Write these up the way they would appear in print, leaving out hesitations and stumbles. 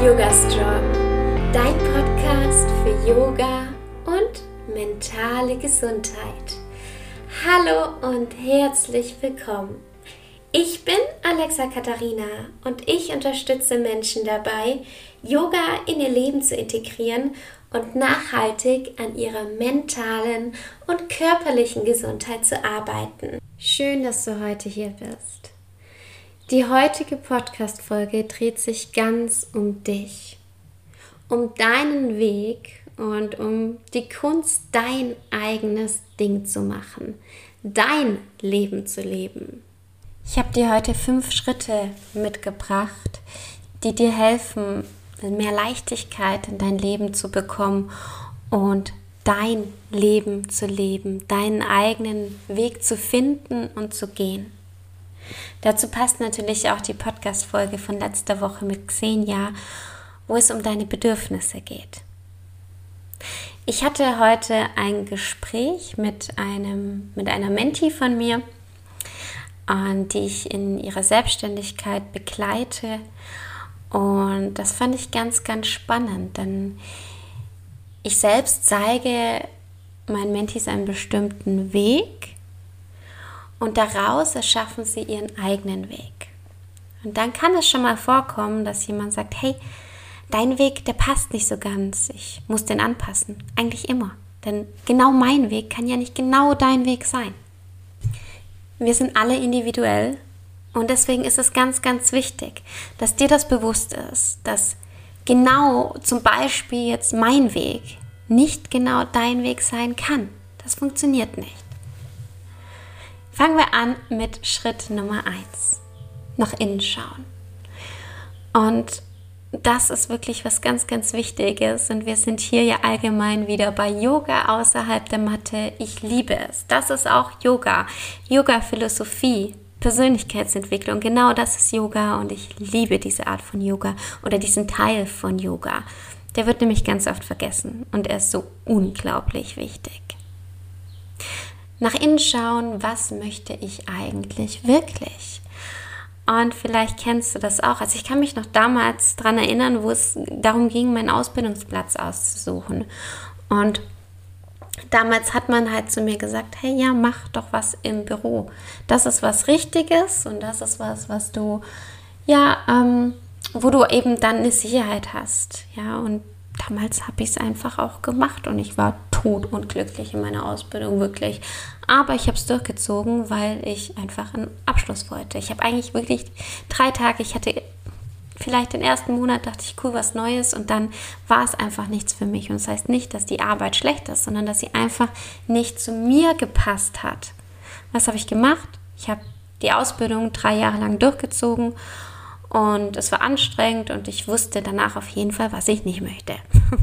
Yoga Strong, dein Podcast für Yoga und mentale Gesundheit. Hallo und herzlich willkommen. Ich bin Alexa Katharina und ich unterstütze Menschen dabei, Yoga in ihr Leben zu integrieren und nachhaltig an ihrer mentalen und körperlichen Gesundheit zu arbeiten. Schön, dass du heute hier bist. Die heutige Podcast-Folge dreht sich ganz um dich, um deinen Weg und um die Kunst, dein eigenes Ding zu machen, dein Leben zu leben. Ich habe dir heute 5 Schritte mitgebracht, die dir helfen, mehr Leichtigkeit in dein Leben zu bekommen und dein Leben zu leben, deinen eigenen Weg zu finden und zu gehen. Dazu passt natürlich auch die Podcast-Folge von letzter Woche mit Xenia, wo es um deine Bedürfnisse geht. Ich hatte heute ein Gespräch mit einer Mentee von mir, die ich in ihrer Selbstständigkeit begleite. Und das fand ich ganz, ganz spannend, denn ich selbst zeige meinen Mentees einen bestimmten Weg und daraus erschaffen sie ihren eigenen Weg. Und dann kann es schon mal vorkommen, dass jemand sagt, hey, dein Weg, der passt nicht so ganz, ich muss den anpassen. Eigentlich immer, denn genau mein Weg kann ja nicht genau dein Weg sein. Wir sind alle individuell und deswegen ist es ganz, ganz wichtig, dass dir das bewusst ist, dass genau zum Beispiel jetzt mein Weg nicht genau dein Weg sein kann. Das funktioniert nicht. Fangen wir an mit Schritt Nummer 1. Nach innen schauen. Und das ist wirklich was ganz, ganz Wichtiges. Und wir sind hier ja allgemein wieder bei Yoga außerhalb der Matte. Ich liebe es. Das ist auch Yoga. Yoga-Philosophie, Persönlichkeitsentwicklung. Genau das ist Yoga. Und ich liebe diese Art von Yoga oder diesen Teil von Yoga. Der wird nämlich ganz oft vergessen. Und er ist so unglaublich wichtig. Nach innen schauen, was möchte ich eigentlich wirklich? Und vielleicht kennst du das auch. Also ich kann mich noch damals daran erinnern, wo es darum ging, meinen Ausbildungsplatz auszusuchen. Und damals hat man halt zu mir gesagt, hey, ja, mach doch was im Büro. Das ist was Richtiges und das ist was du, wo du eben dann eine Sicherheit hast. Ja, und damals habe ich es einfach auch gemacht und ich war totunglücklich in meiner Ausbildung, wirklich. Aber ich habe es durchgezogen, weil ich einfach einen Abschluss wollte. Ich habe eigentlich wirklich 3 Tage, ich hatte vielleicht den ersten Monat, dachte ich, cool, was Neues und dann war es einfach nichts für mich. Und das heißt nicht, dass die Arbeit schlecht ist, sondern dass sie einfach nicht zu mir gepasst hat. Was habe ich gemacht? Ich habe die Ausbildung 3 Jahre lang durchgezogen und es war anstrengend und ich wusste danach auf jeden Fall, was ich nicht möchte.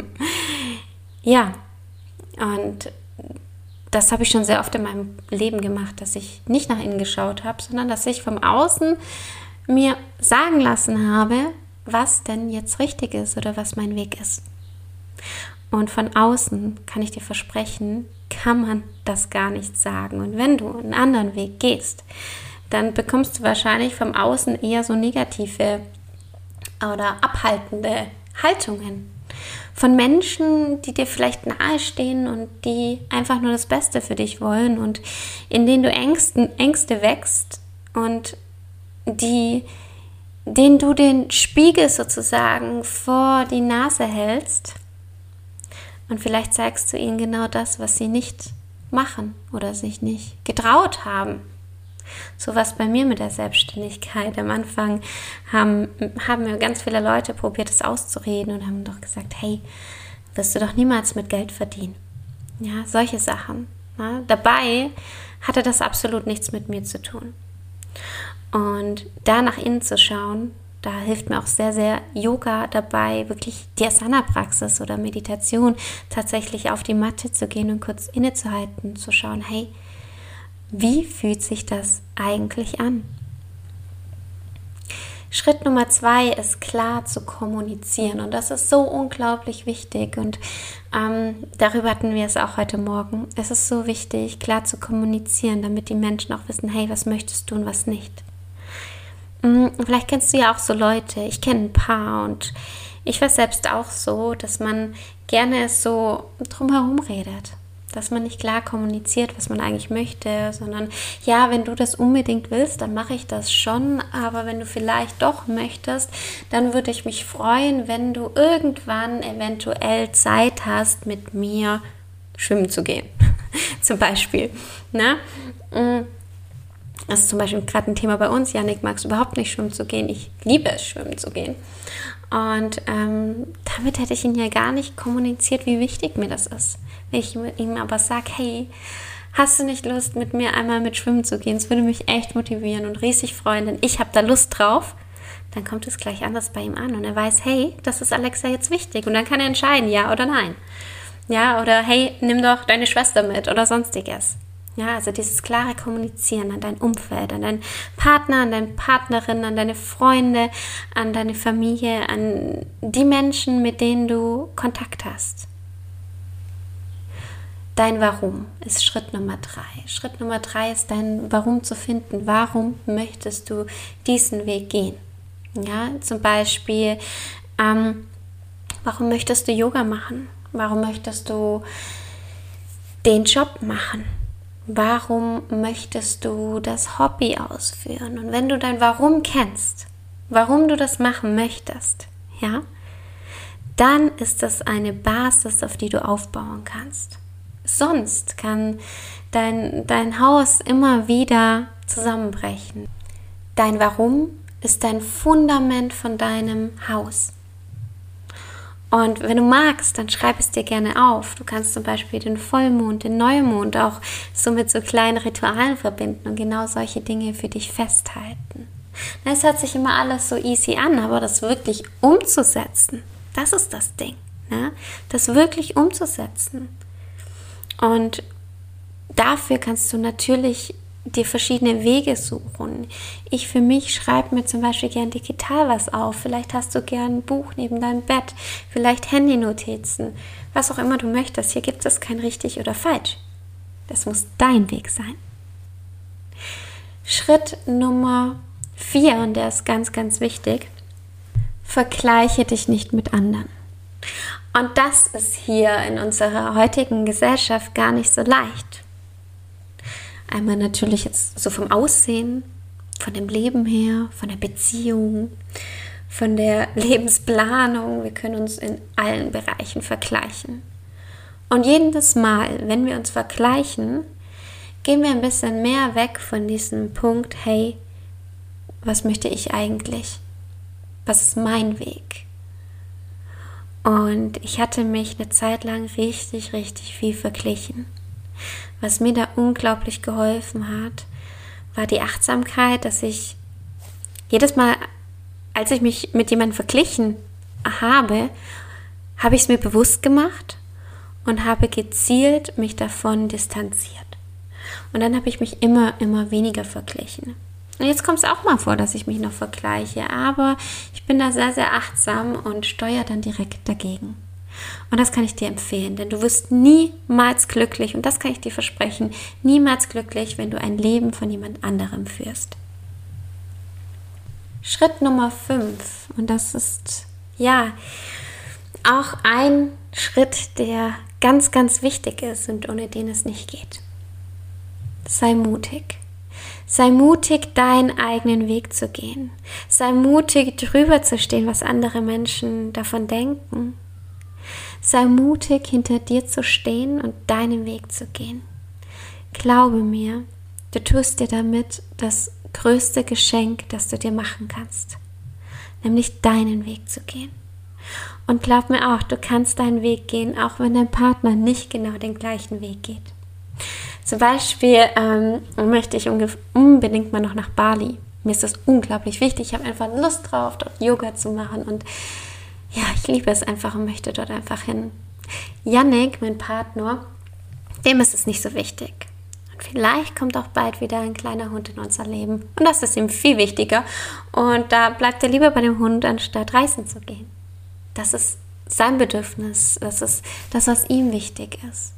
Ja, und das habe ich schon sehr oft in meinem Leben gemacht, dass ich nicht nach innen geschaut habe, sondern dass ich vom Außen mir sagen lassen habe, was denn jetzt richtig ist oder was mein Weg ist. Und von außen, kann ich dir versprechen, kann man das gar nicht sagen. Und wenn du einen anderen Weg gehst, dann bekommst du wahrscheinlich vom Außen eher so negative oder abhaltende Haltungen von Menschen, die dir vielleicht nahestehen und die einfach nur das Beste für dich wollen und in denen du Ängste wächst und denen du den Spiegel sozusagen vor die Nase hältst und vielleicht zeigst du ihnen genau das, was sie nicht machen oder sich nicht getraut haben. So was bei mir mit der Selbstständigkeit. Am Anfang haben mir ganz viele Leute probiert, es auszureden und haben doch gesagt, hey, wirst du doch niemals mit Geld verdienen. Ja, solche Sachen. Ja, dabei hatte das absolut nichts mit mir zu tun. Und da nach innen zu schauen, da hilft mir auch sehr, sehr Yoga dabei, wirklich die Asana-Praxis oder Meditation tatsächlich auf die Matte zu gehen und kurz innezuhalten, zu schauen, hey, wie fühlt sich das eigentlich an? Schritt Nummer 2 ist klar zu kommunizieren und das ist so unglaublich wichtig und darüber hatten wir es auch heute Morgen. Es ist so wichtig, klar zu kommunizieren, damit die Menschen auch wissen, hey, was möchtest du und was nicht. Vielleicht kennst du ja auch so Leute, ich kenne ein paar und Ich war selbst auch so, dass man gerne so drumherum redet. Dass man nicht klar kommuniziert, was man eigentlich möchte, sondern ja, wenn du das unbedingt willst, dann mache ich das schon, aber wenn du vielleicht doch möchtest, dann würde ich mich freuen, wenn du irgendwann eventuell Zeit hast, mit mir schwimmen zu gehen. Zum Beispiel. Ne? Das ist zum Beispiel gerade ein Thema bei uns. Jannik mag es überhaupt nicht, schwimmen zu gehen. Ich liebe es, schwimmen zu gehen. Und damit hätte ich ihn ja gar nicht kommuniziert, wie wichtig mir das ist. Wenn ich ihm aber sage, hey, hast du nicht Lust, mit mir einmal mit schwimmen zu gehen? Das würde mich echt motivieren und riesig freuen, denn ich habe da Lust drauf. Dann kommt es gleich anders bei ihm an und er weiß, hey, das ist Alexa jetzt wichtig. Und dann kann er entscheiden, ja oder nein. Ja, oder hey, nimm doch deine Schwester mit oder sonstiges. Ja, also dieses klare Kommunizieren an dein Umfeld, an deinen Partner, an deine Partnerin, an deine Freunde, an deine Familie, an die Menschen, mit denen du Kontakt hast. Dein Warum ist Schritt Nummer 3. Schritt Nummer 3 ist dein Warum zu finden. Warum möchtest du diesen Weg gehen? Ja, zum Beispiel, warum möchtest du Yoga machen? Warum möchtest du den Job machen? Warum möchtest du das Hobby ausführen? Und wenn du dein Warum kennst, warum du das machen möchtest, ja, dann ist das eine Basis, auf die du aufbauen kannst. Sonst kann dein Haus immer wieder zusammenbrechen. Dein Warum ist dein Fundament von deinem Haus. Und wenn du magst, dann schreib es dir gerne auf. Du kannst zum Beispiel den Vollmond, den Neumond auch so mit so kleinen Ritualen verbinden und genau solche Dinge für dich festhalten. Es hört sich immer alles so easy an, aber das wirklich umzusetzen, das ist das Ding. Ne? Das wirklich umzusetzen. Und dafür kannst du natürlich dir verschiedene Wege suchen. Ich für mich schreibe mir zum Beispiel gern digital was auf. Vielleicht hast du gern ein Buch neben deinem Bett, vielleicht Handynotizen, was auch immer du möchtest. Hier gibt es kein richtig oder falsch. Das muss dein Weg sein. Schritt Nummer 4, und der ist ganz, ganz wichtig: Vergleiche dich nicht mit anderen. Und das ist hier in unserer heutigen Gesellschaft gar nicht so leicht. Einmal natürlich jetzt so vom Aussehen, von dem Leben her, von der Beziehung, von der Lebensplanung. Wir können uns in allen Bereichen vergleichen. Und jedes Mal, wenn wir uns vergleichen, gehen wir ein bisschen mehr weg von diesem Punkt, hey, was möchte ich eigentlich? Was ist mein Weg? Und ich hatte mich eine Zeit lang richtig, richtig viel verglichen. Was mir da unglaublich geholfen hat, war die Achtsamkeit, dass ich jedes Mal, als ich mich mit jemandem verglichen habe, habe ich es mir bewusst gemacht und habe gezielt mich davon distanziert. Und dann habe ich mich immer weniger verglichen. Und jetzt kommt es auch mal vor, dass ich mich noch vergleiche, aber ich bin da sehr, sehr achtsam und steuere dann direkt dagegen. Und das kann ich dir empfehlen, denn du wirst niemals glücklich, und das kann ich dir versprechen, niemals glücklich, wenn du ein Leben von jemand anderem führst. Schritt Nummer 5, und das ist ja auch ein Schritt, der ganz, ganz wichtig ist und ohne den es nicht geht. Sei mutig. Sei mutig, deinen eigenen Weg zu gehen. Sei mutig, drüber zu stehen, was andere Menschen davon denken. Sei mutig, hinter dir zu stehen und deinen Weg zu gehen. Glaube mir, du tust dir damit das größte Geschenk, das du dir machen kannst. Nämlich deinen Weg zu gehen. Und glaub mir auch, du kannst deinen Weg gehen, auch wenn dein Partner nicht genau den gleichen Weg geht. Zum Beispiel möchte ich unbedingt mal noch nach Bali. Mir ist das unglaublich wichtig. Ich habe einfach Lust drauf, dort Yoga zu machen. Und ja, ich liebe es einfach und möchte dort einfach hin. Jannik, mein Partner, dem ist es nicht so wichtig. Und vielleicht kommt auch bald wieder ein kleiner Hund in unser Leben. Und das ist ihm viel wichtiger. Und da bleibt er lieber bei dem Hund, anstatt reisen zu gehen. Das ist sein Bedürfnis. Das ist das, was ihm wichtig ist.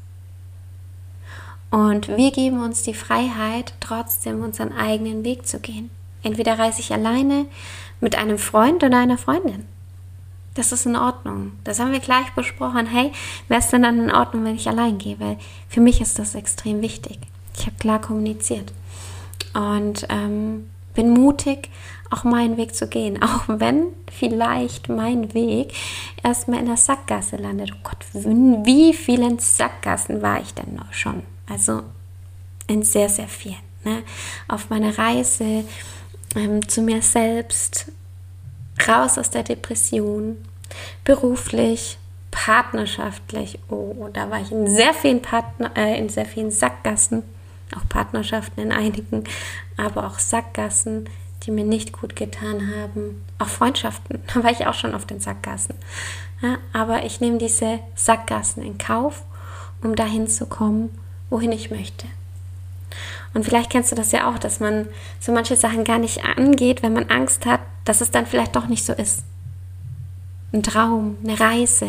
Und wir geben uns die Freiheit, trotzdem unseren eigenen Weg zu gehen. Entweder reise ich alleine, mit einem Freund oder einer Freundin. Das ist in Ordnung. Das haben wir gleich besprochen. Hey, wäre es denn dann in Ordnung, wenn ich allein gehe? Weil für mich ist das extrem wichtig. Ich habe klar kommuniziert. Und bin mutig, auch meinen Weg zu gehen. Auch wenn vielleicht mein Weg erstmal in der Sackgasse landet. Oh Gott, wie vielen Sackgassen war ich denn noch schon? Also in sehr, sehr vielen. Ne? Auf meiner Reise zu mir selbst, raus aus der Depression, beruflich, partnerschaftlich. Oh, da war ich in sehr vielen Sackgassen, auch Partnerschaften in einigen, aber auch Sackgassen, die mir nicht gut getan haben. Auch Freundschaften, da war ich auch schon auf den Sackgassen. Ja, aber ich nehme diese Sackgassen in Kauf, um dahin zu kommen, wohin ich möchte. Und vielleicht kennst du das ja auch, dass man so manche Sachen gar nicht angeht, wenn man Angst hat, dass es dann vielleicht doch nicht so ist. Ein Traum, eine Reise,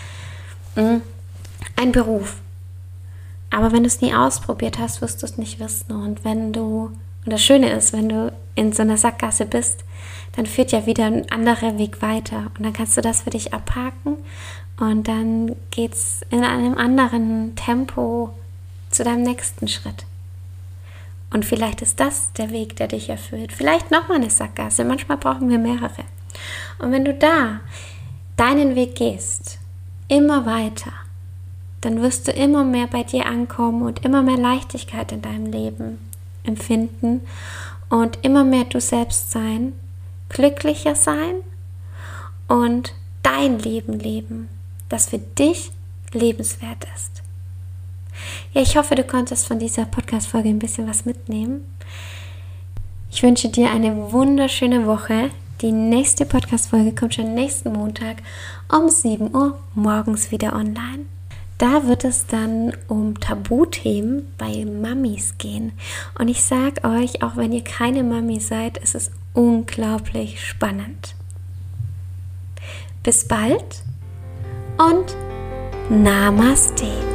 ein Beruf. Aber wenn du es nie ausprobiert hast, wirst du es nicht wissen. Und das Schöne ist, wenn du in so einer Sackgasse bist, dann führt ja wieder ein anderer Weg weiter. Und dann kannst du das für dich abhaken und dann geht es in einem anderen Tempo zu deinem nächsten Schritt. Und vielleicht ist das der Weg, der dich erfüllt. Vielleicht nochmal eine Sackgasse. Manchmal brauchen wir mehrere. Und wenn du da deinen Weg gehst, immer weiter, dann wirst du immer mehr bei dir ankommen und immer mehr Leichtigkeit in deinem Leben empfinden und immer mehr du selbst sein, glücklicher sein und dein Leben leben, das für dich lebenswert ist. Ja, ich hoffe, du konntest von dieser Podcast-Folge ein bisschen was mitnehmen. Ich wünsche dir eine wunderschöne Woche. Die nächste Podcast-Folge kommt schon nächsten Montag um 7 Uhr morgens wieder online. Da wird es dann um Tabuthemen bei Mamis gehen. Und ich sage euch, auch wenn ihr keine Mami seid, es ist unglaublich spannend. Bis bald und Namaste.